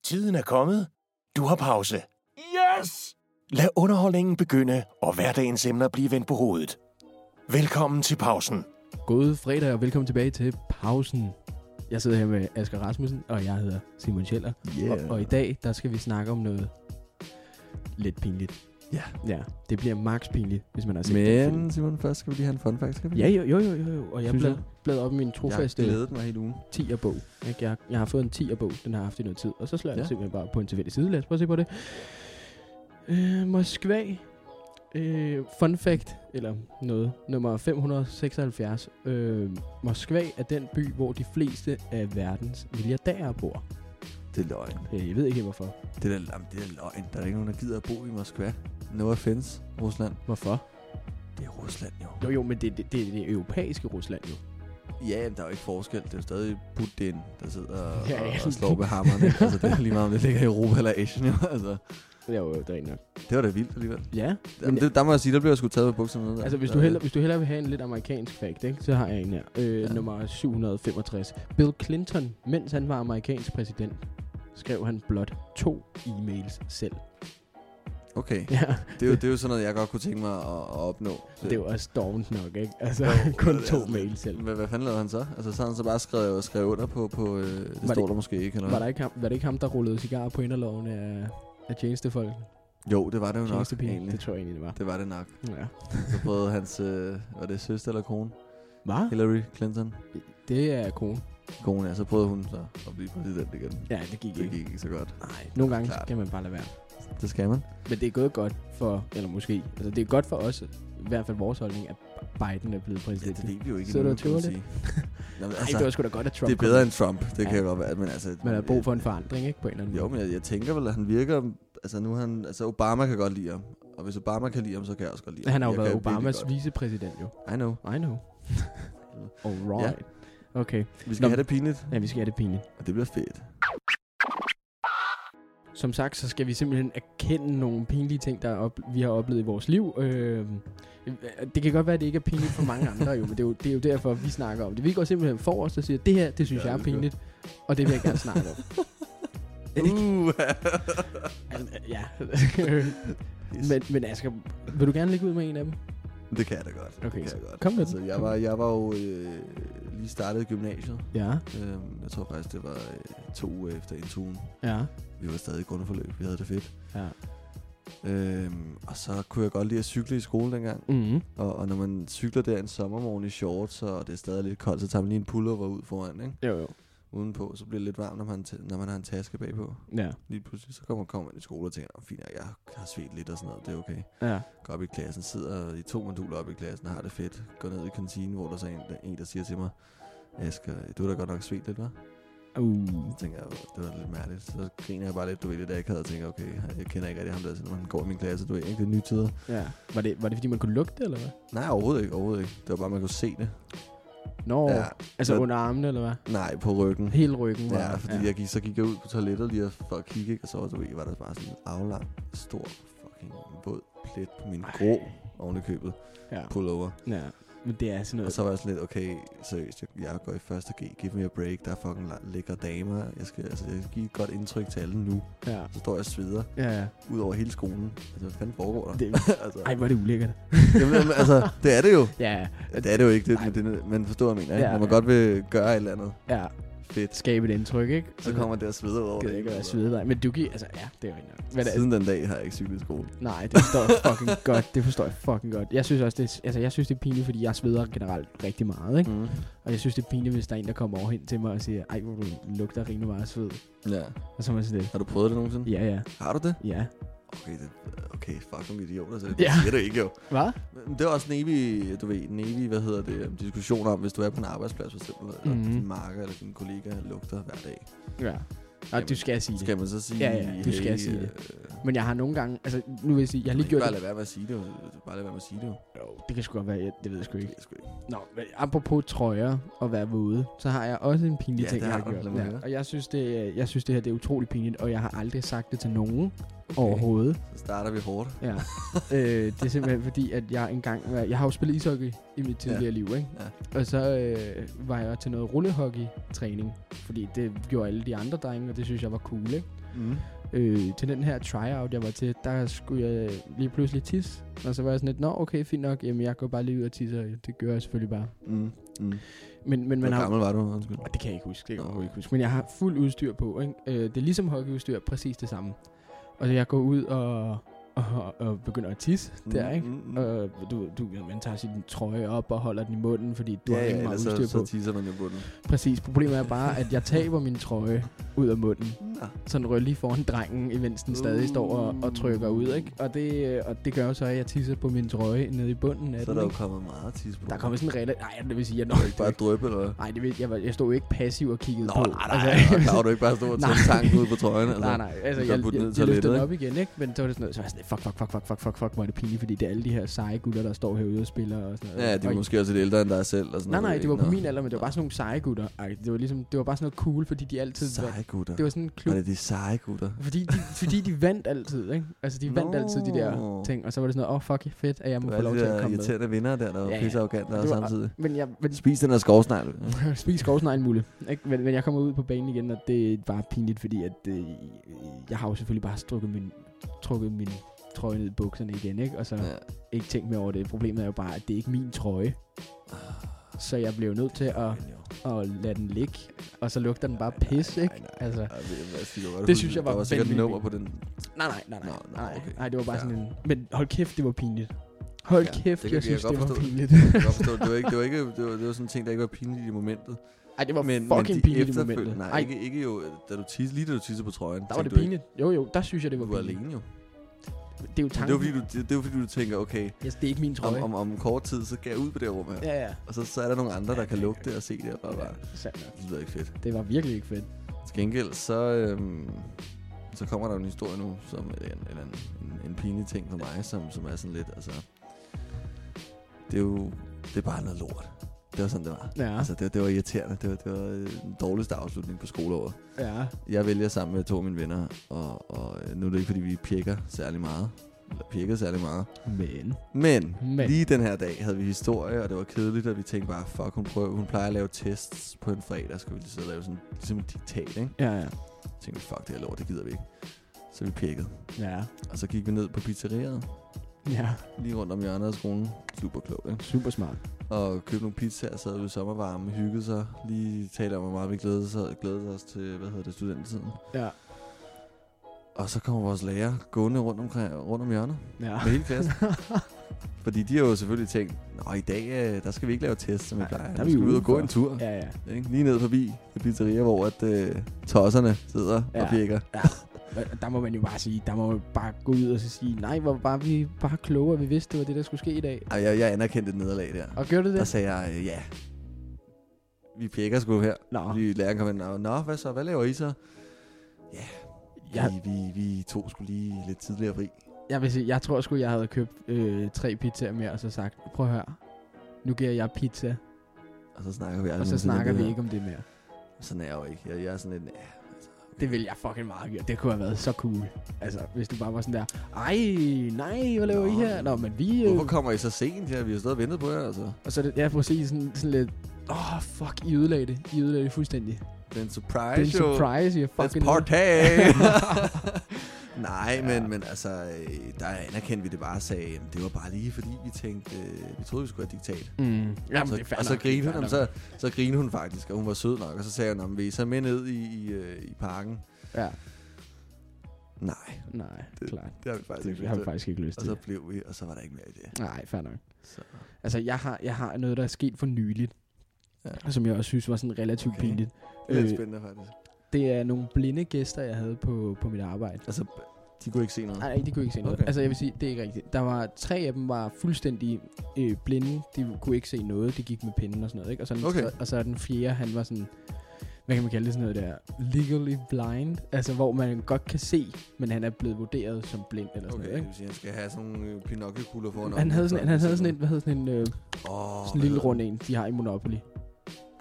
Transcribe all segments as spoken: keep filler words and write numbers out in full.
Tiden er kommet. Du har pause. Yes! Lad underholdningen begynde, og hverdagens emner blive vendt på hovedet. Velkommen til pausen. God fredag, og velkommen tilbage til pausen. Jeg sidder her med Asger Rasmussen, og jeg hedder Simon Scheller. Yeah. Og, og i dag, der skal vi snakke om noget lidt pinligt. Ja. Ja, det bliver max pinligt, hvis man har set det. Men Simon, først skal vi lige have en fun fact, skal vi? Ja, jo, jo, jo, jo, jo. Og jeg Synes blad, jeg. bladet op i min Jeg trofaste har glædet mig hele ugen. tier-bog. Ikke? Jeg, jeg har fået en tier-bog, den har jeg haft i noget tid. Og så slår jeg Ja. simpelthen bare på en tilfældig side. Lad os prøve at se på det. Øh, Moskva. Øh, fun fact, eller noget, nummer fem hundrede seksoghalvfjerds. Øh, Moskva er den by, hvor de fleste af verdens milliardærer bor. Det er løgn. Øh, jeg ved ikke hvorfor. Det er, jamen, det er løgn. Der er ikke nogen, der gider at bo i Moskva. No offense, Rusland. Hvorfor? Det er Rusland jo. Jo, jo, men det er det, det, det europæiske Rusland jo. Ja, men der er jo ikke forskel. Det er jo stadig Putin, der sidder og, Ja, ja. og slår med hammeren. Ikke? Altså, det er lige meget, om det ligger i Europa eller Asien. Jo. Altså, Det er jo det er nok. det var da vildt alligevel. Ja, Jamen, det, der må jeg sige, der bliver jeg sgu taget med bukserne ned. Der. altså hvis der, du, hellere, hvis du hellere vil have en lidt amerikansk fact, ikke, så har jeg en her. Øh, Ja. Nummer syv hundrede femogtres. Bill Clinton, mens han var amerikansk præsident, skrev han blot to e-mails selv. Okay, Ja, det er, jo, det er jo sådan noget, jeg godt kunne tænke mig at, at opnå. det er jo også dovent nok, ikke? Altså, Jo, kun det er to altså- mails selv. Hvad, hvad fanden lavede han så? Altså så har han så bare skrevet, skrevet under på, på øh, det Var står det- der måske ikke. Eller Var, hvad? der ikke ham, var det ikke ham, der rullede cigarer på inderloven af, af tjenestefolk? Jo, det var det jo nok Tjenestepige? egentlig. Det tror jeg egentlig, det var. Det var det nok. Ja. Så prøvede hans, øh, var det søster eller kone? Hvad? Hillary Clinton. Det er kone. Kone, ja. Så prøvede hun så at blive præsident igen. Ja, det gik Det ikke. gik ikke så godt. Nej, nogle gange Klart. kan man bare lade være. Det skal man. Men det er gået godt for, eller måske, altså det er godt for os, i hvert fald vores holdning, at Biden er blevet Ja, præsident. det ved vi jo ikke Sidder du endnu, og kan tøver man sige. Nå, men Ej, altså, det var sgu da godt, at Trump det er bedre end Trump. Det Ja. kan godt være. Men altså, Man har brug for en forandring, ikke? På en eller anden Jo, måde. men jeg, jeg tænker vel, at han virker... Altså nu er han... Altså Obama kan godt lide ham. Og hvis Obama kan lide ham, så kan jeg også godt lide ham. Han har jo Jeg været kan virkelig Obamas godt. vicepræsident, jo. I know. I know. Alright. Ja. Okay. Vi skal Nå, have det pinligt. Ja, vi skal have det pinligt. Og det bliver fedt. Som sagt, så skal vi simpelthen erkende nogle pinlige ting, der op, vi har oplevet i vores liv. Øh, det kan godt være, at det ikke er pinligt for mange andre, jo, men det er jo, det er jo derfor, vi snakker om det. Vi går simpelthen for os og siger, det her, det synes Ja, jeg er det er pinligt, og det vil jeg gerne snakke om. Uh. Altså, ja. men, men Asger, vil du gerne lægge ud med en af dem? Det kan jeg da godt. Okay, det kan så jeg godt. kom med altså, den. jeg var, jeg var jo øh, lige startet i gymnasiet. Ja, Øhm, jeg tror faktisk, det var øh, to uger efter intugen. ja, Vi var stadig i grundforløb. Vi havde det fedt. ja. Øhm, og så kunne jeg godt lide at cykle i skole dengang. Mm-hmm. Og, og når man cykler der en sommermorgen i shorts, og det er stadig lidt koldt, så tager man lige en pullover ud foran, ikke? Jo, jo. Udenpå, så bliver det lidt varmt, når man, t- når man har en taske bagpå. Ja, Lige pludselig, så kommer, kommer man i skole og tænker, oh, fint, jeg har svedt lidt og sådan noget, det er okay. ja. Går op i klassen, sidder i to moduler op i klassen og har det fedt. Går ned i kantinen, hvor der så er en, der, en, der siger til mig, Asger, du har da godt nok svedt lidt, hva'? Uh. Så tænker jeg, det var lidt mærkeligt. Så griner jeg bare lidt, du ved, lidt akavet og tænker, okay, jeg kender ikke rigtig ham der, når han går i min klasse, du ved ikke, det er nye tider. Ja. Var det, var det fordi, man kunne lugte det, eller hvad? Nej, overhovedet ikke, overhovedet ikke. Det var bare, man kunne se det. Nå, Ja, altså så- under armene, eller hvad? Nej, på ryggen. Hele ryggen var... Ja, fordi ja. Jeg gik, så gik jeg ud på toilettet lige for at kigge, ikke? Og så var, du ved, var der bare sådan en aflang, stor, fucking våd plet på min grå oven i købet Ja. pullover. Ja, men det er sådan noget... Og så var jeg sådan lidt, okay, seriøst, jeg, jeg går i første G, give me a break, der er fucking la- lækre damer, jeg skal, altså, jeg skal give et godt indtryk til alle nu. Ja, Så står jeg og sveder ja, ja. ud over hele skolen. Altså, hvad fanden foregår der? Det, altså, ej, hvor er det ulækkert. jamen, jamen, altså, det er det jo. Ja, Det er det jo ikke, det, Nej. men det, man forstår, hvad jeg mener, ikke? Ja, Når man ja. godt vil gøre et eller andet ja. fedt, Skabe et indtryk, ikke? så kommer det og sveder over det. Ikke være svede dig. Men du giver... Altså, ja, det er jo ikke noget. Siden den dag har jeg ikke cyklet i skole. Nej, det forstår jeg fucking godt. Det forstår jeg fucking godt. Jeg synes også, det er, altså, jeg synes, det er pinligt, fordi jeg sveder generelt rigtig meget, ikke? Mm. Og jeg synes, det er pinligt, hvis der er en, der kommer over hen til mig og siger, ej, hvor du lugter rimelig meget af sved. Ja. Og så er man sådan lidt, Har du prøvet det nogensinde? ja, ja, Har du det? ja. Okay, det, okay fuck nogle idioter, så det Ja. siger du ikke jo. Hvad? Men det er også en evig, du ved, en evig, hvad hedder det, diskussion om, hvis du er på en arbejdsplads for eksempel, eller Mhm. din marker eller din kollega lugter hver dag. Ja. Og du skal sige det. Skal man så sige, Ja, ja, du skal sige det. Men jeg har nogle gange, altså nu vil jeg sige, jeg har lige gjort bare det. lade være med at sige det, jo. Bare lade være med at sige det, jo. Jo, det kan sgu godt være, jeg, det ved jeg sgu Det ikke. ved jeg sgu ikke. Nå, men apropos trøjer og være våde, så har jeg også en pinlig Ja, ting, det jeg har har du. gjort. Lad mig Ja, høre. og jeg synes, det, jeg synes, det her det er utrolig pinligt, og jeg har aldrig sagt det til nogen overhovedet. Så starter vi hårdt. Ja. øh, det er simpelthen fordi, at jeg engang... Jeg har jo spillet ishockey i mit tidligere Ja. liv, ikke? Ja. Og så øh, var jeg til noget rullehockey-træning, fordi det gjorde alle de andre drenge, og det synes jeg var cool, ikke? Mm. Øh, til den her tryout, jeg var til, der skulle jeg lige pludselig tisse. Og så var jeg sådan lidt, nå okay, fint nok, jamen jeg går bare lige ud og tisser, det gør jeg selvfølgelig bare. Mm. Mm. Men, men man Hvor har... gammel var du? Undskyld. Og det kan jeg ikke huske, det kan jeg ikke huske. Men jeg har fuld udstyr på, ikke? Øh, det er ligesom hockeyudstyr, præcis det samme. Og jeg går ud og, og, og begynder at tisse Mm, der, ikke? mm, mm. Og du, du, man tager sin trøje op og holder den i munden, fordi du Ja, har ja, ikke meget ellers udstyr så, på. så teaser man jo på den. Præcis, problemet er bare, at jeg taber min trøje ud af munden. Ja. Sådan rører lige foran drengen, imens den stadig står og, og trykker ud, ikke? Og det, og det gør jo så, at jeg tisser på min trøje nede i bunden af Så er den, der jo ikke? kommet meget tis på. Der er kommet sådan en regel. Nej, det vil sige, jeg Det er nok ikke bare dryppe, eller hvad? Nej, det ved, jeg, var, jeg stod jo ikke passiv og kiggede Nå, på. nej, nej, nej. Klar, du ikke bare stå og tage tanken ud på trøjen. Altså. Nej, nej, altså Du jeg, kan putte jeg, ned i jeg, jeg løftede den toilettet, op igen, ikke? Men så var det sådan noget, så var jeg sådan, fuck, fuck, fuck, fuck, fuck, fuck, fuck, hvor er det pinligt, fordi det er alle de her seje gutter, der står herude og spiller og sådan noget. Ja, de er og, måske også lidt ældre end dig selv. Og sådan nej, nej, noget, det var ikke? på Nå. min alder, men det var bare sådan nogle seje gutter. Ej, det var ligesom, det var bare sådan noget cool, fordi de altid var, Seje gutter. det var sådan en klub, Var det de seje gutter? fordi de, fordi de vandt altid, ikke? Altså, de vandt Nå. altid de der ting, og så var det sådan noget, åh, oh, fuck, fedt, at jeg må Det få var lov alle til de at der komme med. irriterende vinder der, der var Ja, ja. pisse arrogant der Det var- samtidig. Men jeg, men, Spis den der skovsnegl. spis skovsneglen muligt. Ikke? Men, men jeg kommer ud på banen igen, og det var pinligt, fordi at, øh, jeg har jo selvfølgelig bare strukket min, trukket min trøje ned i bukserne igen, ikke? Og så Ja. ikke tænkt mere over det. Problemet er jo bare, at det er ikke min trøje. Så jeg blev nødt til at, at lade den ligge, og så lugter den bare pis, ikke? Altså, det synes jeg var Der var sikkert vanvittigt. nummer på den. nej, nej, nej, nej, Nå, nå, nej, okay. nej, det var bare Ja. sådan en... Men hold kæft, det var pinligt. Hold Ja, kæft, det jeg kan- jeg synes, kan det godt var forstå det. pinligt. Jeg kan godt forstå, det var ikke, det var ikke, det var, det var sådan en ting, der ikke var pinligt i momentet. Ej, det var Men, fucking men de pinligt i efterfølgende, momentet. nej, Ej, ikke, ikke jo, da du tissede, lige da du tissede på trøjen. der var det tænkte du ikke, pinligt. Jo, jo, der synes jeg, det var Du var pinligt. alene jo. Det er jo Men tanken. det var fordi, du, det, det var fordi, du tænker, okay, Yes, det er ikke min om, trøje. om, om kort tid, så skal jeg ud på det her rum her. Ja, ja. Og så, så er der nogle andre, der kan lugte det og se det og bare bare. Sandt nok. Det lyder ikke fedt. Det var virkelig ikke fedt. Til gengæld, så, øhm, så kommer der en historie nu, som en, eller en, en, en pinlig ting for mig, som, som er sådan lidt, altså... Det er jo... Det er bare noget lort. Det var sådan, det var. Ja. Altså, det, det var irriterende. Det var, det var den dårligste afslutning på skoleåret. Ja. Jeg vælger sammen med to af mine venner, og, og nu er det ikke, fordi vi pjekker særlig meget. Eller pjekkede særlig meget. Men. Men, Men. lige den her dag havde vi historie, og det var kedeligt, og vi tænkte bare, fuck, hun, prøver, hun plejer at lave tests på en fredag, så vi lige sidde og lave sådan ligesom et diktat, ikke? Ja, ja. Så tænkte vi, fuck det her lort, det gider vi ikke. Så vi pjekkede. Ja. Og så gik vi ned på pizzeriet, Ja. lige rundt om hjørnet af skolen. Super klogt, ikke? Super smart. Og købte nogle pizzaer, sad ude i sommervarme, hyggede sig. Lige talte om, hvor meget vi glædede, sig, glædede os til, hvad hedder det, studentetiden. Ja. Og så kommer vores lærer gående rundt, omkring, rundt om hjørnet Ja. med hele klassen. Fordi de har jo selvfølgelig tænkt, nå i dag, øh, der skal vi ikke lave test, som vi Nej, plejer. der er Der vi skal vi ud og gå udenfor. en tur. Ja, ja. Ikke? Lige ned forbi det pizzeria, hvor at, øh, tosserne sidder Ja. og pjekker. Og der må man jo bare sige, der må man bare gå ud og så sige, nej, hvor var vi bare kloge, og vi vidste, det var det, der skulle ske i dag. Ej, jeg, jeg anerkendte et nederlag der. Og gjorde du Der det? sagde jeg, øh, ja, vi pjekker sgu her. Nå. Fordi læreren kom ind og, nå, hvad så, hvad laver I så? Ja, Jeg, vi, vi, vi to skulle lige lidt tidligere fri. jeg vil sige, jeg tror sgu, jeg havde købt øh, tre pizzaer mere, og så sagt, prøv at høre, nu giver jeg pizza, Og så snakker vi aldrig og så nogensinde om snakker det vi her. ikke om det mere. Sådan er jeg jo ikke. Jeg, jeg er sådan en, ja, altså, okay. Det vil jeg fucking meget gøre. Det kunne have været så cool. Altså, hvis du bare var sådan der, ej, nej, hvad laver Nå, I her? Nå, men vi... Øh, Hvorfor kommer I så sent her? Vi har stået og ventet på jer, altså. og så er det, ja, præcis sådan, sådan lidt, åh, oh, fuck, I ødelagde det. I ødelagde det fuldstændig. Det er en Det surprise er en show. surprise, I har Let's fucking... party! Nej, Ja. men, men altså, øh, der anerkendte vi det bare og sagde, jamen, det var bare lige fordi, vi tænkte, øh, vi troede, vi skulle have diktat. Mm. Jamen, så, det er fair og så nok, det er grinede fair hun, nok. så, så grinede hun faktisk, og hun var sød nok, og så sagde hun, om vi er så med ned i, i, øh, i parken. Ja, Nej, nej, Det- klart. det har vi faktisk Det ikke har vi lyst til. faktisk ikke lyst Og til. så blev vi, og så var der ikke mere i det. Nej, fair nok. Så. Altså, jeg har, jeg har noget, der er sket for nyligt, Ja. som jeg også synes var sådan relativt Okay. pinligt. Det er Øh, lidt spændende faktisk. Det er nogle blinde gæster, jeg havde på, på mit arbejde. Altså, de kunne ikke se noget. Nej, de kunne ikke se noget. Okay. Altså, jeg vil sige, det er ikke rigtigt. Der var tre af dem var fuldstændig øh, blinde. De kunne ikke se noget. De gik med pinden og sådan noget, ikke? Og så, den Okay. tre, og så den fjerde, han var sådan, hvad kan man kalde det, sådan noget der, legally blind. Altså, hvor man godt kan se, men han er blevet vurderet som blind eller sådan Okay, noget, det ikke? vil sige, at han skal have sådan nogle øh, Pinocchio-kugler foran Han øjnene, havde så sådan, han havde kan sådan se en, hvad hedder sådan en, øh, noget. Åh, sådan en lille rund en, de har i Monopoly.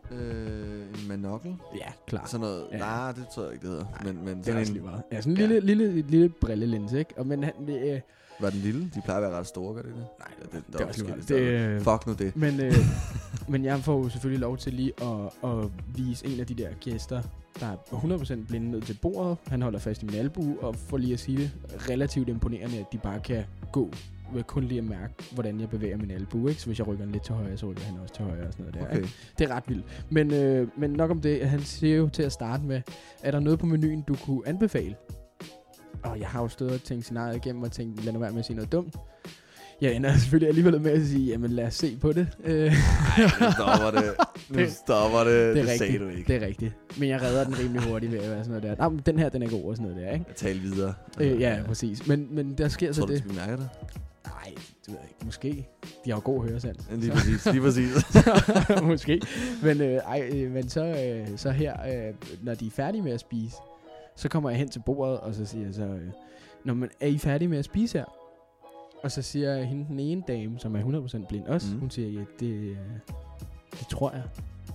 Øh, en monokkel? Ja, klart. Sådan noget. Ja. Nej, det tror jeg ikke, det hedder. Nej, men, men Det er sådan også en, lige meget. Ja, sådan en Ja. lille, lille, lille brillelins, ikke? Og men han, det, øh, var den lille? De plejer at være ret store, gør det ikke? nej, Ja, det, det er også lige forskellige meget. steder. Det, Fuck nu det. Men, øh, men jeg får jo selvfølgelig lov til lige at, at vise en af de der gæster, der er hundrede procent blinde ned til bordet. Han holder fast i min albue, og for lige at sige det, relativt imponerende, at de bare kan gå ved kun lige at mærke, hvordan jeg bevæger min albue, ikke? Så hvis jeg rykker den lidt til højre, så rykker han også til højre og sådan noget der, Okay. ikke? Det er ret vildt. Men, øh, men nok om det. Han siger jo til at starte med, er der noget på menuen, du kunne anbefale? Og jeg har jo stået og tænkt scenariet igennem og tænkt, lad nu være med at sige noget dumt. Jeg ender selvfølgelig alligevel med at sige, jamen lad os se på det. Øh, Nu stopper det. Nu Det- stopper det. det Det, er det sagde rigtigt. du ikke. Det er rigtigt. Men jeg redder den rimelig hurtigt ved at være sådan noget der. Nå, men den her, den er god og sådan noget der, ikke? Jeg taler videre. Øh, ja, præcis. Men, men der sker så Tror du, det. de mærker det? Nej, det ved jeg ikke. Måske. De har jo god høresans. Lige præcis. Lige præcis. Måske. Men, øh, ej, øh, men så, øh, så her, øh, når de er færdige med at spise, så kommer jeg hen til bordet, og så siger jeg så, øh, Nå, men er I færdige med at spise her? Og så siger jeg, hende den ene dame, som er hundrede procent blind også, Mm. mm. hun siger, ja, det, øh, det tror jeg.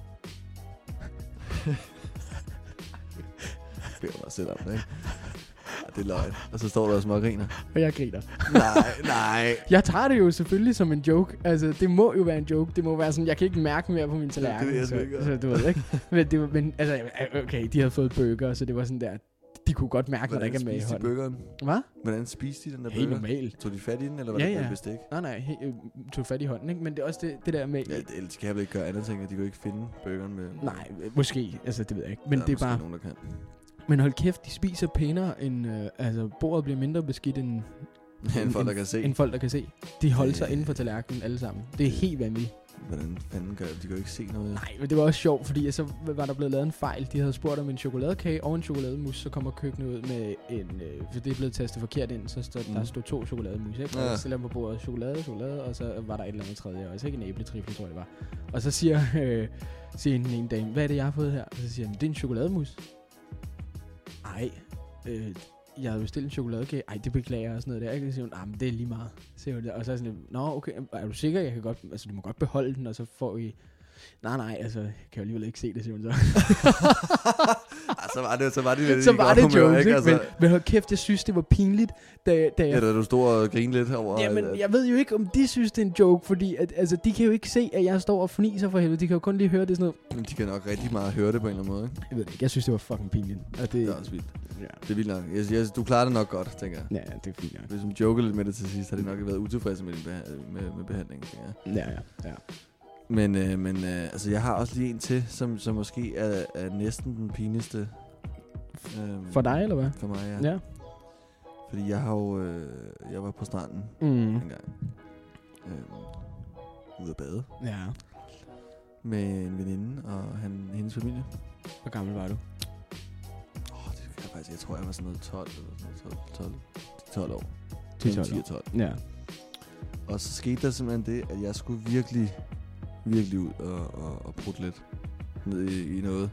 Det var bare selv om det, ikke? Ja, det er løgn. Og så står der og smågriner. Og jeg griner. Nej, nej. Jeg tager det jo selvfølgelig som en joke. Altså, det må jo være en joke. Det må være sådan, jeg kan ikke mærke mere på min det tallerken. ved jeg så, sgu ikke. så, du ved ikke. Men, det var, men altså, okay, de havde fået burger, så det var sådan der, de kunne godt mærke, når der ikke er med i spiste de hånden. burgeren? Hvad? Hvordan spiste de den der Helt burger? normalt. Tog de fat i den, eller var Ja, det ja. med bestik? Nej, nej, he, øh, tog fat i hånden, ikke? Men det er også det, det der med... Ja, det, ellers kan jeg vel ikke gøre andet, tænker. De kan jo ikke finde burgeren med... Nej, øh, måske. Altså, det ved jeg ikke. Men der det er måske bare... nogen, der kan. Men hold kæft, de spiser pænere end... Øh, altså, bordet bliver mindre beskidt end... En folk, der kan se. End folk, der kan se. De holder sig Øh. inden for tallerkenen alle sammen. Det er helt vanvittigt. Hvordan fanden gør de? De kan jo ikke se noget. Nej, men det var også sjovt, fordi så var der blevet lavet en fejl. De havde spurgt om en chokoladekage og en chokolademus, så kommer køkkenet ud med en... Øh, for det er blevet tastet forkert ind, så stod, Mm. der stod to chokolademus, ikke? Ja. Og så stiller på bordet chokolade, chokolade, og så var der et eller andet tredje også, ikke? En æbletrifle, tror jeg det var. Og så siger, øh, siger den ene dame, hvad er det, jeg har fået her? Og så siger han, det er en chokolademus. Ej, øh, jeg havde bestilt en chokoladekage. Ej, det beklager jeg og sådan noget der. Ikke? Så siger hun, ah, men det er lige meget. Siger hun der. Og så er jeg sådan lidt, nå okay, er du sikker, jeg kan godt, altså du må godt beholde den, og så får I... Nej, nej, altså, jeg kan jo alligevel ikke se det, siger hun så. Ah, så var det, så var det lidt så i var godt det humør, jokes, ikke? Altså, Men, men hold kæft, jeg synes, det var pinligt, da, da ja, jeg... da du stod og grinede lidt herovre. Jamen, at- jeg ved jo ikke, om de synes, det er en joke, fordi at, altså, de kan jo ikke se, at jeg står og fniser for helvede. De kan jo kun lige høre det sådan noget. Men de kan nok rigtig meget høre det på en eller anden måde, ikke? Jeg ved det ikke, jeg synes, det var fucking pinligt. Og det, Det er også vildt. ja. Det er vildt nok. Jeg, jeg, du klarer det nok godt, tænker jeg. Ja, det er fint, ja. Hvis du joker lidt med det til sidst, har de nok været utilfredse med, din beha- med, med behandlingen, tænker jeg. Ja, ja, ja. Men, øh, men øh, altså, jeg har også lige en til, som, som måske er, er næsten den pinligste. Øh, For dig, eller hvad? For mig, ja. Ja. Fordi jeg har jo... Øh, jeg var på stranden Mm. en gang. Øh, ude at bade. Ja. Med en veninde og han, hendes familie. Hvor gammel var du? Åh, oh, det kan jeg faktisk... Jeg tror, jeg var sådan noget tolv eller sådan noget. tolv, tolv, tolv år. ti tolv ti og tolv. Ja. Og så skete der simpelthen det, at jeg skulle virkelig, virkelig ud og, og, og prutte lidt ned i, i noget.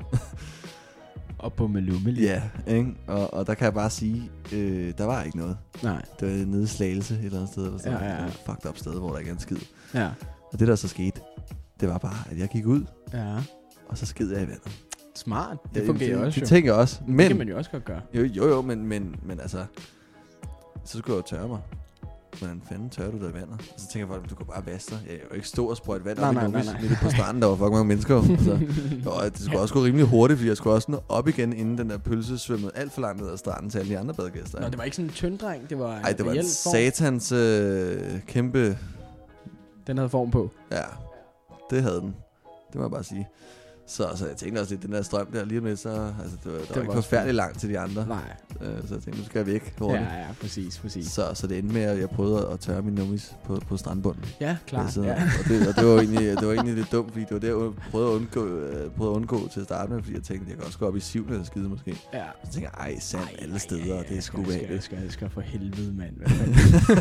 Og på Malumel. Ja, ikke? Og, og der kan jeg bare sige, øh, der var ikke noget. Nej. Det var nede i Slagelse et eller andet sted. Eller sådan Ja, ja, ja. noget. Det var fucked up sted, hvor der ikke er en skid. Ja. Og det der så skete, det var bare, at jeg gik ud, Ja. og så sked jeg i vandet. Smart. Det Ja, fungerer det, også Det jo. tænker jeg også. Men, Det kan man jo også godt gøre. jo, jo, jo, men, men, men altså, så skulle jeg jo tørre mig. Hvordan fanden tørrer du dig i vandet? Og så tænker jeg bare, du kan bare vaske dig. Jeg kan jo ikke stå og sprøjte vand Nej, op nej, i nej, Nobis nej. midt på stranden. Der var fucking mange mennesker. jo. Altså, og det skulle også gå rimelig hurtigt, fordi jeg skulle også nå op igen, inden den der pølse svømmede alt for langt ned ad stranden til alle de andre badegæster. Nå, det var ikke sådan en tynd dreng. Det var en Ej, det var en reel form. satans øh, kæmpe... Den havde form på. Ja, det havde den. Det må jeg bare sige. Så, så jeg tænkte også lidt, den der strøm der lige om lidt, så... Altså, det var, der var var ikke også forfærdeligt langt til de andre. Nej. Øh, så jeg tænkte, nu skal jeg væk hurtigt. Ja, ja, præcis, præcis. Så, så det endte med, at jeg prøvede at tørre min nummis på, på strandbunden. Ja, klart. Altså, Ja. og, det, og det var jo egentlig, det var egentlig lidt dumt, fordi det var det, jeg prøvede at undgå, øh, prøvede at undgå til at starte med, fordi jeg tænkte, jeg kan også gå op i syvende eller skide måske. Ja. Så tænkte jeg, ej, sand Ej, alle ej, steder, ej, og det er sgu skal, skal, ubehageligt. skal, skal for helvede, mand. Hvad fanden?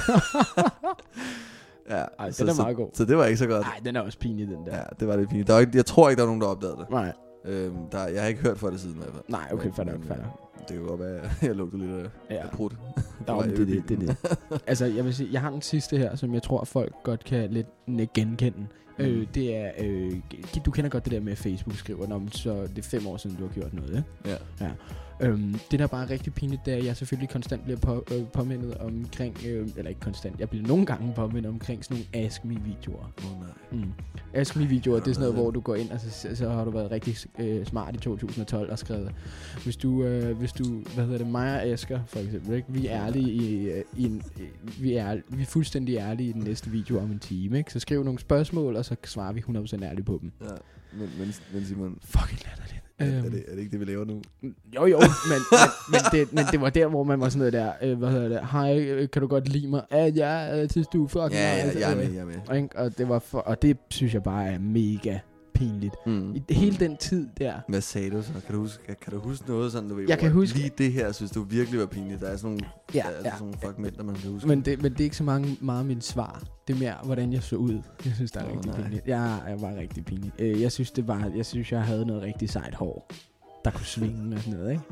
Ja, Ej, så, den er så, meget god. Så det var ikke så godt. Nej, den er også pinlig, den der. Ja, det var lidt pinligt. Der var ikke, jeg tror ikke, der var nogen, der opdagede det. Nej, Øhm, der, jeg har ikke hørt for det siden i hvert fald. nej, okay, Men- fair nok, men, fair øh, nok. Det kan godt være, at jeg lugter lidt af Ja. af prut. Nå, det, det, det, det. Altså, jeg vil sige, jeg har den sidste her, som jeg tror, folk godt kan lidt genkende. Mm. Øh, det er, øh, du kender godt det der med, at Facebook skriver, Nå, så det er fem år siden, du har gjort noget, ikke? Ja. Ja. Øhm, det der bare er rigtig pinligt, det er, at jeg selvfølgelig konstant bliver på, øh, påmindet omkring, øh, eller ikke konstant, jeg bliver nogle gange påmindet omkring sådan nogle Ask Me-videoer. Åh oh, nej. Mm. Ask Me-videoer, det er sådan noget, det? hvor du går ind, og så, så har du været rigtig øh, smart i to tusind og tolv og skrevet, hvis du, øh, hvis du, hvad hedder det, mig og Asger, for eksempel, ikke? Vi er ærlige i, i en, vi er, vi er fuldstændig ærlige i den næste video om en time, ikke? Så skriv nogle spørgsmål, og så svarer vi hundrede procent ærligt på dem. Ja, men, men, men Simon... Fucking latterligt. Er, er, det, er det ikke det, vi laver nu? Jo, jo, men, men, men, det, men det var der, hvor man var sådan noget der, øh, hvad hedder det, hej, kan du godt lide mig? Ja, ja, jeg synes, du er fucking Ja, ja, altså, jeg er øh, med, jeg er med. Og det, var for, og det synes jeg bare er mega pinligt. Mm. I hele den tid der. Hvad sagde du så? Kan du huske, kan du huske noget sådan, du ved, Jeg kan huske- lige det her, synes du virkelig var pinligt? Der er sådan nogle, Ja, der er ja. sådan nogle fragmenter, man kan huske. Men det, men det er ikke så mange, meget mit svar. Det er mere, hvordan jeg så ud. Jeg synes, det er Åh, oh, rigtig nej. pinligt. Jeg, jeg var rigtig pinligt. Øh, jeg synes, det var, jeg synes, jeg havde noget rigtig sejt hår, der kunne svinge og sådan noget, ikke?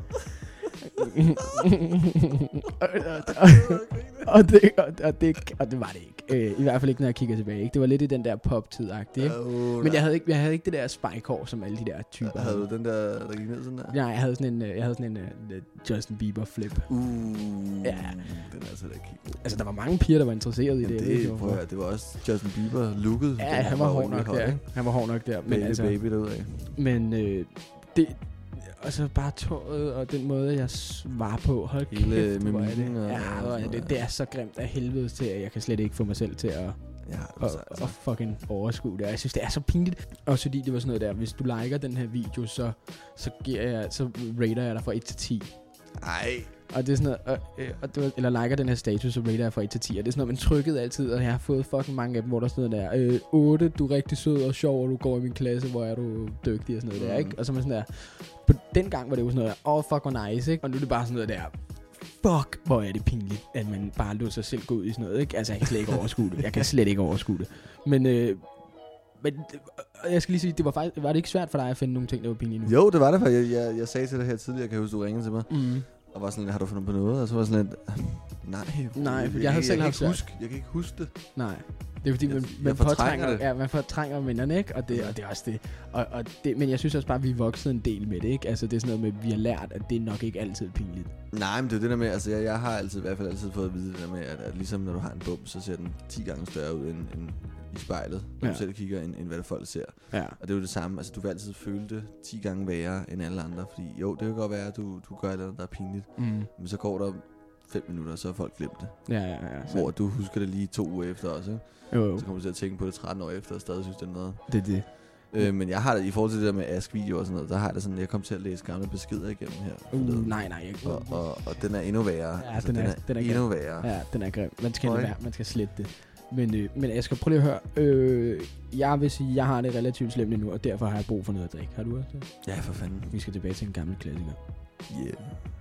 og, og, og, det, og, og, det, og det var det ikke. Øh, I hvert fald ikke, når jeg kigger tilbage. Ikke? Det var lidt i den der pop-tid-agtige. Ikke? Oh, Men jeg havde, ikke, jeg havde ikke det der spike-hår, som alle de der typer havde du den der, der gik ned sådan der? Nej, jeg havde sådan en, øh, jeg havde sådan en uh, Justin Bieber-flip. Uh, Ja. den er altså da ikke god. Altså, der var mange piger, der var interesseret i Men det. det, jeg ved det, ikke, prøv, hvorfor. at- det var også Justin Bieber looket. Ja, han var hård nok der. Ikke? Han var hård nok der. Men Baby, altså, baby derudad. men øh, det, altså bare tåret og den måde, jeg svarer på. Hold Hele kæft, hvor er mimikken det. og- Ja, hvor er og- det, det er så grimt af helvede til, at jeg kan slet ikke få mig selv til at, Ja, at, altså, altså. at fucking overskue det. Og jeg synes, det er så pinligt. Også fordi det var sådan noget der, hvis du liker den her video, så, så, giver jeg, så rater jeg dig fra et til ti. Ej. Og det er sådan noget, øh, øh, og det var, eller liker den her status, så rater jeg fra et til ti. Og det er sådan noget, man trykkede altid, og jeg har fået fucking mange af dem, hvor der sådan noget der, øh, otte, du er rigtig sød og sjov, og du går i min klasse, hvor er du dygtig og sådan noget mm. der, ikke? Og så er man sådan der, på den gang var det jo sådan noget der, åh, oh, fuck, hvor nice, ikke? Og nu er det bare sådan noget der, fuck, hvor er det pinligt, at man bare lod sig selv gå ud i sådan noget, ikke? Altså, jeg kan slet ikke overskue det. Jeg kan slet ikke overskue det. Men, øh, men øh, jeg skal lige sige, det var faktisk, var det ikke svært for dig at finde nogle ting, der var pinlige nu? Jo, det var det, for jeg, jeg, jeg sagde til dig her tidligere, jeg kan huske, du ringede til mig, Mm. og var sådan lidt, har du fundet på noget? Og så var jeg sådan lidt, nej. Nej, for jeg jeg, havde jeg, selv jeg, haft kan ikke svært. huske, jeg kan ikke huske det. Nej. Det er fordi, Jeg- man, jeg man fortrænger fortrænger, det. ja, man fortrænger minderne, ikke? Og det, og det er også det. Og, og det. Men jeg synes også bare, at vi er vokset en del med det, ikke? Altså, det er sådan noget med, at vi har lært, at det er nok ikke altid pinligt. Nej, men det er det der med, altså jeg, jeg har altid, i hvert fald altid fået at vide det der med, at, at ligesom når du har en bum, så ser den ti gange større ud end, end i spejlet, når Ja. du selv kigger, end, end hvad det folk ser. Ja. Og det er jo det samme, altså du vil altid føle det ti gange værre end alle andre, fordi jo, det kan godt være, at du, du gør et eller andet, der er pinligt, Mm. men så går der fem minutter, så har folk glemt det. Ja, ja, ja. Så, Hvor du husker det lige to uger efter også, ikke? jo, jo. Så kommer du til at tænke på det tretten år efter, og stadig synes, det er noget. Det er det. Øh, men jeg har det, i forhold til det der med Ask-video og sådan noget, der har jeg det sådan, at jeg kom til at læse gamle beskeder igennem her. Uh, forleden. nej, nej. Jeg, Og, og, og den er endnu værre. Ja, altså, den er- den er endnu værre. ja, den er grim. Man skal, Øj. lade være. Man skal slette det. Men, øh, men jeg skal prøve lige at høre. Øh, jeg vil sige, at jeg har det relativt slemt endnu, og derfor har jeg brug for noget at drikke. Har du også det? Ja, for fanden. Vi skal tilbage til en gammel klassiker. Yeah.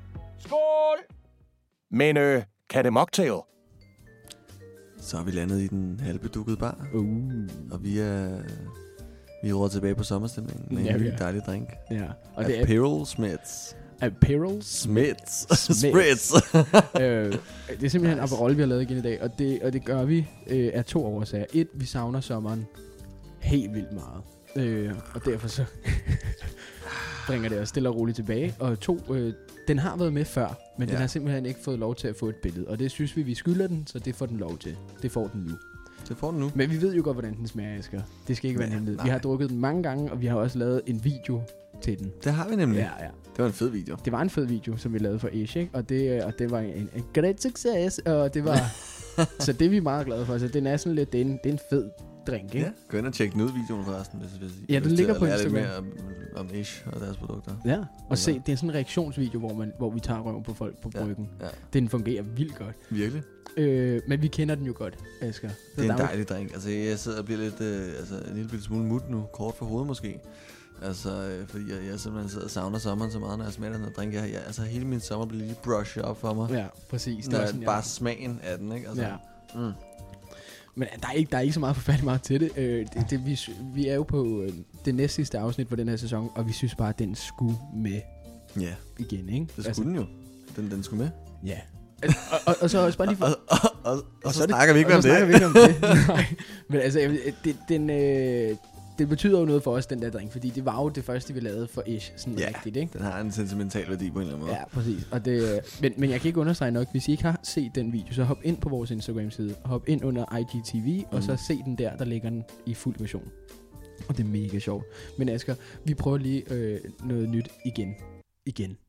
Skål! Men øh, kan det mocktail? Så er vi landet i den halvbedukkede bar, Uh. og vi er vi er råd tilbage på sommerstemningen med Ja, en vi ny er. dejlig drink. Ja. Og det er Apparel Smiths. Apparel Smiths. Smiths. Spritz. øh, det er simpelthen en Nice. Aperol, vi har lavet igen i dag, og det, og det gør vi øh, af to årsager. Et, vi savner sommeren helt vildt meget, øh, og derfor så bringer det os stille og roligt tilbage. Og to, øh, den har været med før, men ja. den Ja. har simpelthen ikke fået lov til at få et billede, og det synes vi, vi skylder den, så det får den lov til. Det får den nu. Det får den nu. Men vi ved jo godt, hvordan den smager, Asger. Det skal ikke være en Ja, hemmelighed. Vi nej. har drukket den mange gange, og vi har også lavet en video til den. Det har vi nemlig. Ja, ja. Det var en fed video. Det var en fed video, som vi lavede for Ish, ikke? Og det, og det var en, en great success, og det var... så det er vi meget glade for. Så den er sådan lidt... Det er en, det er en fed drink, ikke? Ja, gå ind og tjek den ud videoen forresten, hvis, hvis Ja, den hvis ligger til på at lære lidt Instagram. mere om, om Ish og deres produkter. Ja. Og se, det er sådan en reaktionsvideo, hvor, man, hvor vi tager røven på folk på Ja, bryggen. ja. Den fungerer vildt godt. Virkelig. Øh, men vi kender den jo godt, Asger. Så Det er der en jo- dejlig drink. Altså, jeg sidder og bliver lidt, øh, altså, en lille bitte smule mut nu. Kort for hovedet måske. Altså, øh, fordi jeg, jeg simpelthen sidder og savner sommeren så meget, når jeg smager den her drink. Jeg, jeg, altså, hele min sommer bliver lige brushed op for mig. Ja, præcis. Det Når var jeg, sådan, bare ja. smagen af den, ikke? Altså, Ja. Mm. Men der er ikke, der er ikke så meget forfærdeligt meget til det. Øh, det, det vi, sy- vi er jo på øh, det næst sidste afsnit for den her sæson, og vi synes bare, at den skulle med Ja, igen, ikke? det skulle altså, den jo. Den, den skulle med. Ja, og, og, og så også bare lige for... Og, og, og, og, og så, så snakker vi ikke og mere så om det. snakker vi ikke om det. Nej. Men altså, jeg, vil- det, den, øh, det betyder jo noget for os, den der drink, fordi det var jo det første, vi lavede for Ish, sådan Ja. rigtigt, ikke? Den har en sentimental værdi på en eller anden måde. Ja, præcis. Og det, øh, men, men jeg kan ikke understrege nok, hvis I ikke har set den video, så hop ind på vores Instagram-side, hop ind under I G T V, mm. og så se den der, der ligger den i fuld version. Og det er mega sjovt. Men Asger, vi prøver lige øh, noget nyt igen. Igen.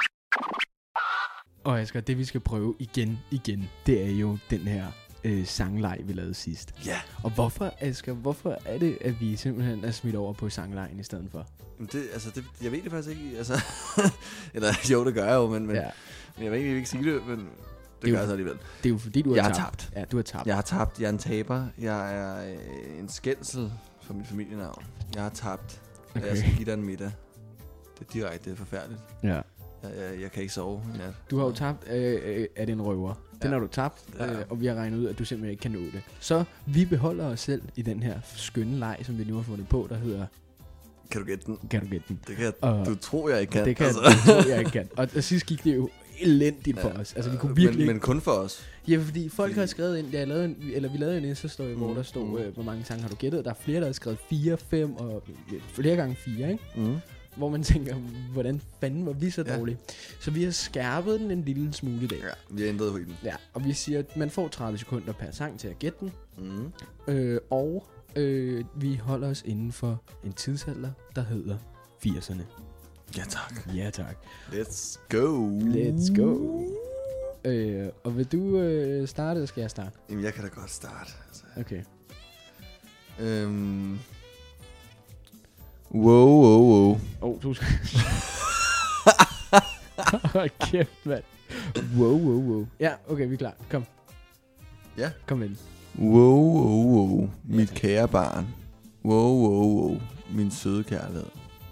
Og Asger, det vi skal prøve igen, igen, det er jo den her øh, sangleg, vi lavede sidst. Ja. Og hvorfor, Asger, hvorfor er det, at vi simpelthen er smidt over på sanglejen i stedet for? Men det, altså, det, jeg ved det faktisk ikke. Altså, eller jo, det gør jeg jo, men, men, Ja, men jeg vil egentlig ikke sige det, men det, er gør jo- jeg så alligevel. det er jo fordi, du har Jeg har tabt. tabt. Ja, du har tabt. Jeg har tabt. Jeg er en taber. Jeg er øh, en skændsel for mit familienavn. Jeg har tabt. Okay. Jeg skal give dig en middag. Det er direkte forfærdeligt. Ja. Jeg, jeg, jeg kan ikke sove i nat. Du har jo tabt øh, øh, af den røver. Den Ja. har du tabt, Ja. øh, og vi har regnet ud, at du simpelthen ikke kan nå det. Så vi beholder os selv i den her skønne leg, som vi nu har fundet på, der hedder, Kan du gætte den? kan du gætte den? Det kan jeg, Og du tror, jeg ikke kan. det kan altså. jeg, det tror jeg ikke kan. Og, og sidst gik det jo elendigt for os. Altså vi kunne virkelig men, ikke... men kun for os. Ja, fordi folk Fordi- har skrevet ind, jeg lavede en, eller vi lavede en Insta-story, mm. hvor der stod, Mm. øh, hvor mange sange har du gættet. Der er flere, der har skrevet fire, fem og øh, flere gange fire, ikke? Mm. Hvor man tænker, hvordan fanden var vi så Ja. dårlige? Så vi har skærpet den en lille smule i dag. Ja, vi har ændret på den. Ja, og vi siger, at man får tredive sekunder per sang til at gætte den. Mm. Øh, og øh, vi holder os inden for en tidsalder, der hedder firserne. Ja, tak. Ja, tak. Let's go. Let's go. Øh, og vil du øh, starte, eller skal jeg starte? Jamen, jeg kan da godt starte. Altså. Okay. Øhm. Wow, wow, wow. Åh, oh, du skal... Hold kæft, mand. Wow, wow, wow. Ja, okay, vi er klar. Kom. Ja. Kom med den. Wow, wow, wow. Mit Ja. kære barn. Wow, wow, wow. Min søde kærlighed.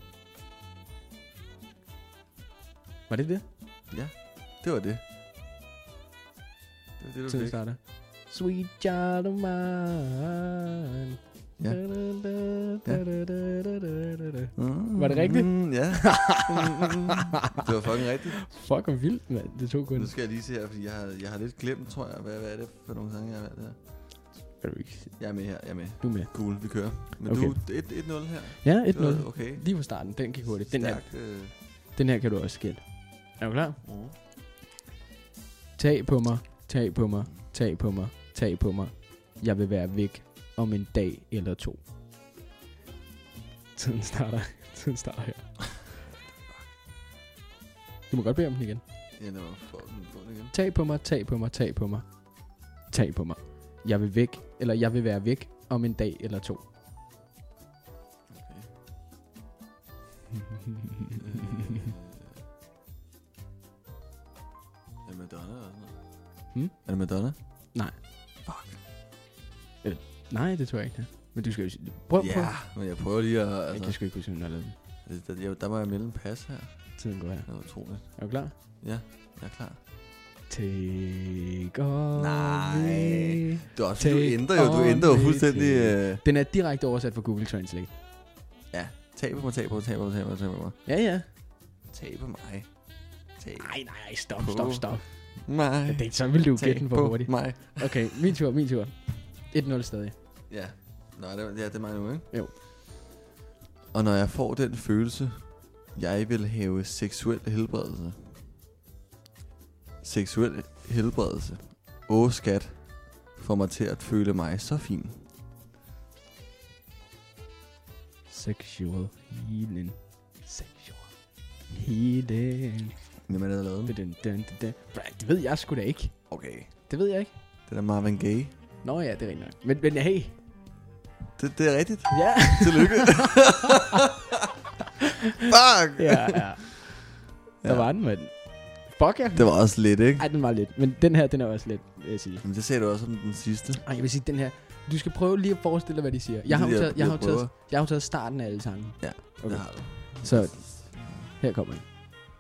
Var det det? Det var det. Det var det, du Tiden fik. starter. Sweet child of mine. Ja. Var det rigtigt? Mm, ja. Det var fucking rigtigt. Fuck, hvor vildt, mand. Det tog kun... Nu skal jeg lige se her, fordi jeg har, jeg har lidt glemt, tror jeg. Hvad, hvad er det for nogle sange, jeg har valgt her? Kan du ikke... Jeg er med her, jeg er med. Du er med. Cool, vi kører. Men Okay. du, et nul her. Ja, et Det var nul. Okay. Lige fra starten. Den gik hurtigt. Den her, Stærk, øh, den her kan du også gætte. Er du klar? mm. Tag på mig, tag på mig, tag på mig, tag på mig. Jeg vil være væk om en dag eller to. Tiden starter. Tiden starter her. Du må godt bede om den igen. Ja, det var for den få den igen. Tag på mig, tag på mig, tag på mig. Tag på mig. Jeg vil væk, eller jeg vil være væk om en dag eller to. Okay. Er det Madonna eller sådan noget? Hmm? Er det Madonna? Nej. Fuck. Nej, det tror jeg ikke. det er. Men du skal jo sige... Prøv, Ja, prøv. men jeg prøver lige at... Jeg Altså, kan sgu ikke huske, hvem der lavede den. det, der, der må jeg melde en pas her. Tiden går her. Det var utroligt. Er du klar? Ja, jeg er klar. Take on Nej. me. Det er også, du Take ændrer jo, du on ændrer jo me, fuldstændig... take- Øh, Den er direkte oversat fra Google Translate. ja, tag på mig, tag på mig, tag på mig, tag på mig, tag på mig. Ja, ja. Tag på mig. Tag Nej, nej, stop, på stop, stop. mig. Det, så vil du Tag gætte den for på hurtigt. mig. Okay, min tur, min tur. et nul stadig. Ja. Nå, det, er- ja, det er mig nu, ikke? Jo. Og når jeg får den følelse, jeg vil have seksuel helbredelse. Seksuel helbredelse. Åh, skat. Får mig til at føle mig så fin. Sexual healing. Sexual healing. Hvem er det, der lavede Dun, den? dun, dun, dun. Bra, Det ved jeg sgu da ikke. Okay. Det ved jeg ikke. Det er Marvin Gaye. Nå ja, det er rigtigt nok. Men, men hey. Det, det er rigtigt. Ja. Tillykke. Fuck. ja, ja. Der Ja. var den, mand. Fuck ja. Det var også lidt, ikke? Ej, den var lidt. Men den her, den er også lidt, vil jeg sige. Men det sagde du også om den sidste. Ej, jeg vil sige, den her... Du skal prøve lige at forestille dig, hvad de siger. Jeg har jo Det, taget, jeg har jo prøver. taget, jeg har jo taget starten af alle sange. Ja, Okay. det har du. Så her kommer den.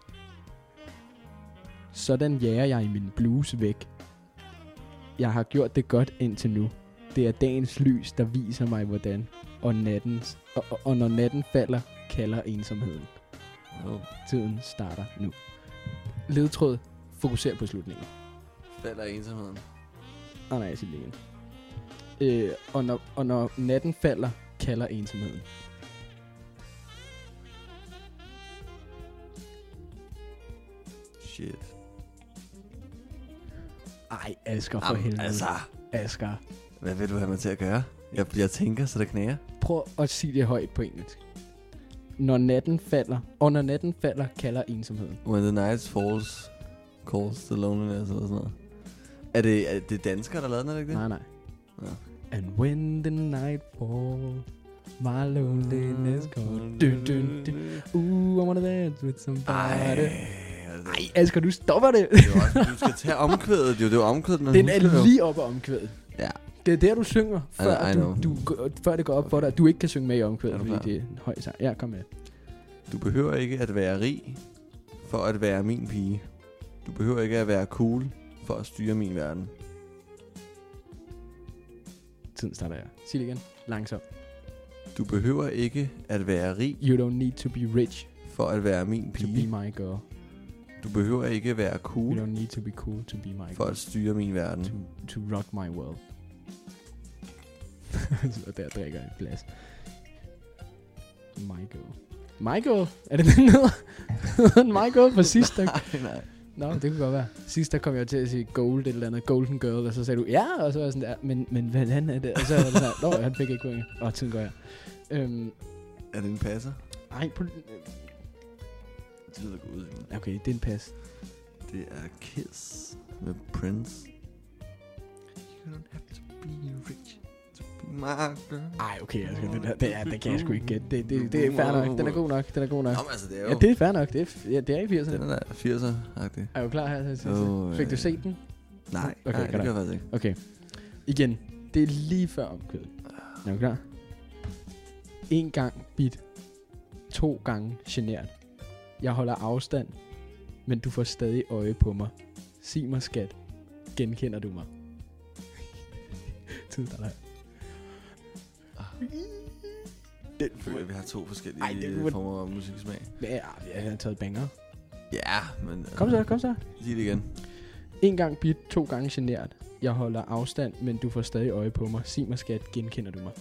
Sådan jager jeg i min blues væk. Jeg har gjort det godt indtil nu. Det er dagens lys, der viser mig hvordan. Og, nattens, og, og, og når natten falder, kalder ensomheden. Oh. Tiden starter nu. Ledtråd. Fokuser på slutningen. falder ensomheden. Åh oh, nej, jeg siger det igen. Øh, og, når, og når natten falder, kalder ensomheden. Shit. Ej, Asger, for Jamen, helvede. altså. Asger. Hvad vil du have mig til at gøre? Jeg, jeg tænker, så der knæger. Prøv at sige det højt på engelsk. Når natten falder, og når natten falder, kalder ensomheden. When the night falls, calls the loneliness, eller sådan noget. Er det, er det danskere, der lavede den, er det ikke det? Nej, nej. Ja. And when the night falls, my loneliness calls. Dun, dun, dun. Ooh, I wanna dance with somebody. Ej, Ej, Asger, du stopper det. det er også, du skal tage omkvædet. Det er jo det var omkvædet, man Den husker er jo. lige oppe af omkvædet. Ja. Det er der, du synger, før, I, I du, du, du, før det går op okay. for dig, at du ikke kan synge med i omkvædet, fordi klar? det er en høj sang. Ja, kom med. Du behøver ikke at være rig, for at være min pige. Du behøver ikke at være cool, for at styre min verden. Tiden starter jeg. Sig det igen. Langsomt. Du behøver ikke at være rig, You don't need to be rich for at være min to pige. be my girl. Du behøver ikke at være You cool, don't need to be cool to be my for girl. at styre min verden. To, to rock my world. Så der drikker jeg et glas. My girl. My girl? Er det den hedder? My girl for sidst. Der... Nej, nej. Nå, det kunne godt være. Sidst der kom jeg til at sige gold, et eller andet, golden girl, og så sagde du, ja, og så var jeg sådan der, men, men hvordan er det? Og så var det sådan, nå, han fik ikke point. Åh, tiden går jeg. Øhm, Er det en passer? ej, på, Det lyder godt ud. okay, det er en pas. Det er Kiss med Prince. You don't have to be rich to be my girl. Ej, okay, altså, det, der, det, er, det kan jeg sgu ikke gætte. Det, det, det er fair nok. Den er god nok. Den er god nok. Nå, men altså, det er jo... Ja, det er fair nok. Det er, f- ja, det er i firserne. Den er der firser-agtig. Er du klar her? Så, Oh, Fik du ja. set den? Nej, Okay, nej, det godt gør nok. jeg faktisk ikke. Okay. Igen. Det er lige før omkvædet. Er du klar? En gang bit. To gange genert. Jeg holder afstand, men du får stadig øje på mig. Sig mig, skat. Genkender du mig? Tiden starter her. Den Jeg føler, at vi har to forskellige Ej, det var- former af musiksmag. Ja, jeg har taget banger. Ja, men... Kom så, kom så. Sig det igen. En gang bit, to gange genert. Jeg holder afstand, men du får stadig øje på mig. Sig mig, skat. Genkender du mig?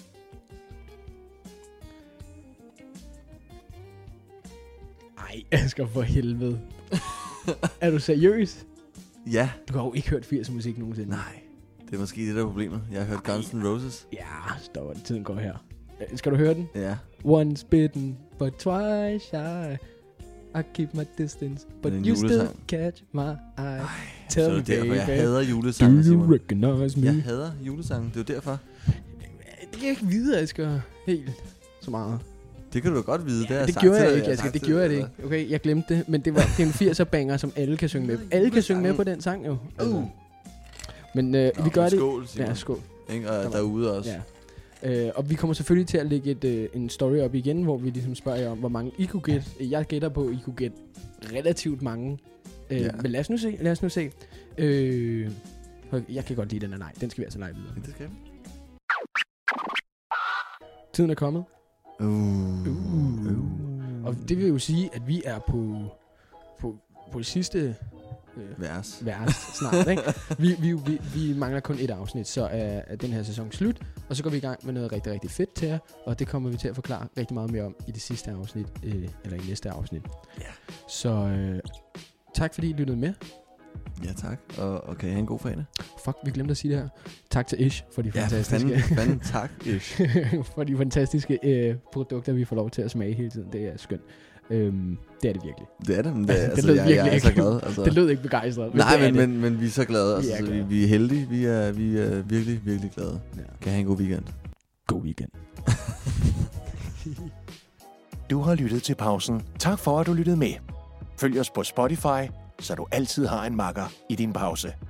Ej, Asger, for helvede. Er du seriøs? Ja. Du har jo ikke hørt firs musik nogensinde. Nej. Det er måske det, der er problemet. Jeg har hørt Guns N' Roses. Ja, stopper det. Tiden går her. Øh, Skal du høre den? Ja. Once bitten, but twice shy. I keep my distance, but Det er en you still julesang. catch my eye. Ej, Tell så er me, det derfor, jeg baby. hader Do julesange, you Simon. recognize me? Jeg hader julesange. Det er jo derfor. Det kan jeg ikke vide, Asger. Helt så meget. Det kan du da godt vide. det, har Ja, det sagt gjorde til jeg dig. ikke, har Asger. sagt Det til gjorde jeg dig, det ikke. Okay, jeg glemte det. Men det var det er en firser banger, som alle kan synge med. Alle kan synge med på den sang, jo. Altså. Men øh, Nå, vi gør men det. Skål, Simon. Ja, skål. Ikke? Og derude også. Ja. Øh, og vi kommer selvfølgelig til at lægge et, øh, en story op igen, hvor vi ligesom spørger jer om, hvor mange I kunne gætte. Jeg gætter på, at I kunne gætte relativt mange. Øh, Ja. Men lad os nu se. Lad os nu se. Øh, jeg kan godt lide den her. Nej, den skal vi altså lege videre. Men det skal vi. Tiden er kommet. Uh. Uh. Uh. Og det vil jo sige, at vi er på, på, på sidste øh, Vers. vers snart. Ikke? Vi, vi, vi, vi mangler kun et afsnit, så er, er den her sæson slut. Og så går vi i gang med noget rigtig, rigtig fedt til jer. Og det kommer vi til at forklare rigtig meget mere om i det sidste afsnit, øh, eller i næste afsnit. Ja. Så øh, tak fordi I lyttede med. Ja, tak. Og, og kan I have en god fredag? Fuck, vi glemte at sige det her. Tak til Ish for de Ja, fantastiske, fanden, fanden tak, Ish. for de fantastiske øh, produkter, vi får lov til at smage hele tiden. Det er skønt. Øhm, det er det virkelig. Det er det, men det, Det altså, lød jeg, jeg virkelig er så ikke. glad. Altså. Det lød ikke begejstret. Nej, det er men, det. men, men vi er så glade. Altså, Vi er så vi, glade. vi er heldige. Vi er, vi er virkelig, virkelig glade. Ja. Kan have en god weekend. God weekend. Du har lyttet til pausen. Tak for, at du lyttede med. Følg os på Spotify, så du altid har en makker i din pause.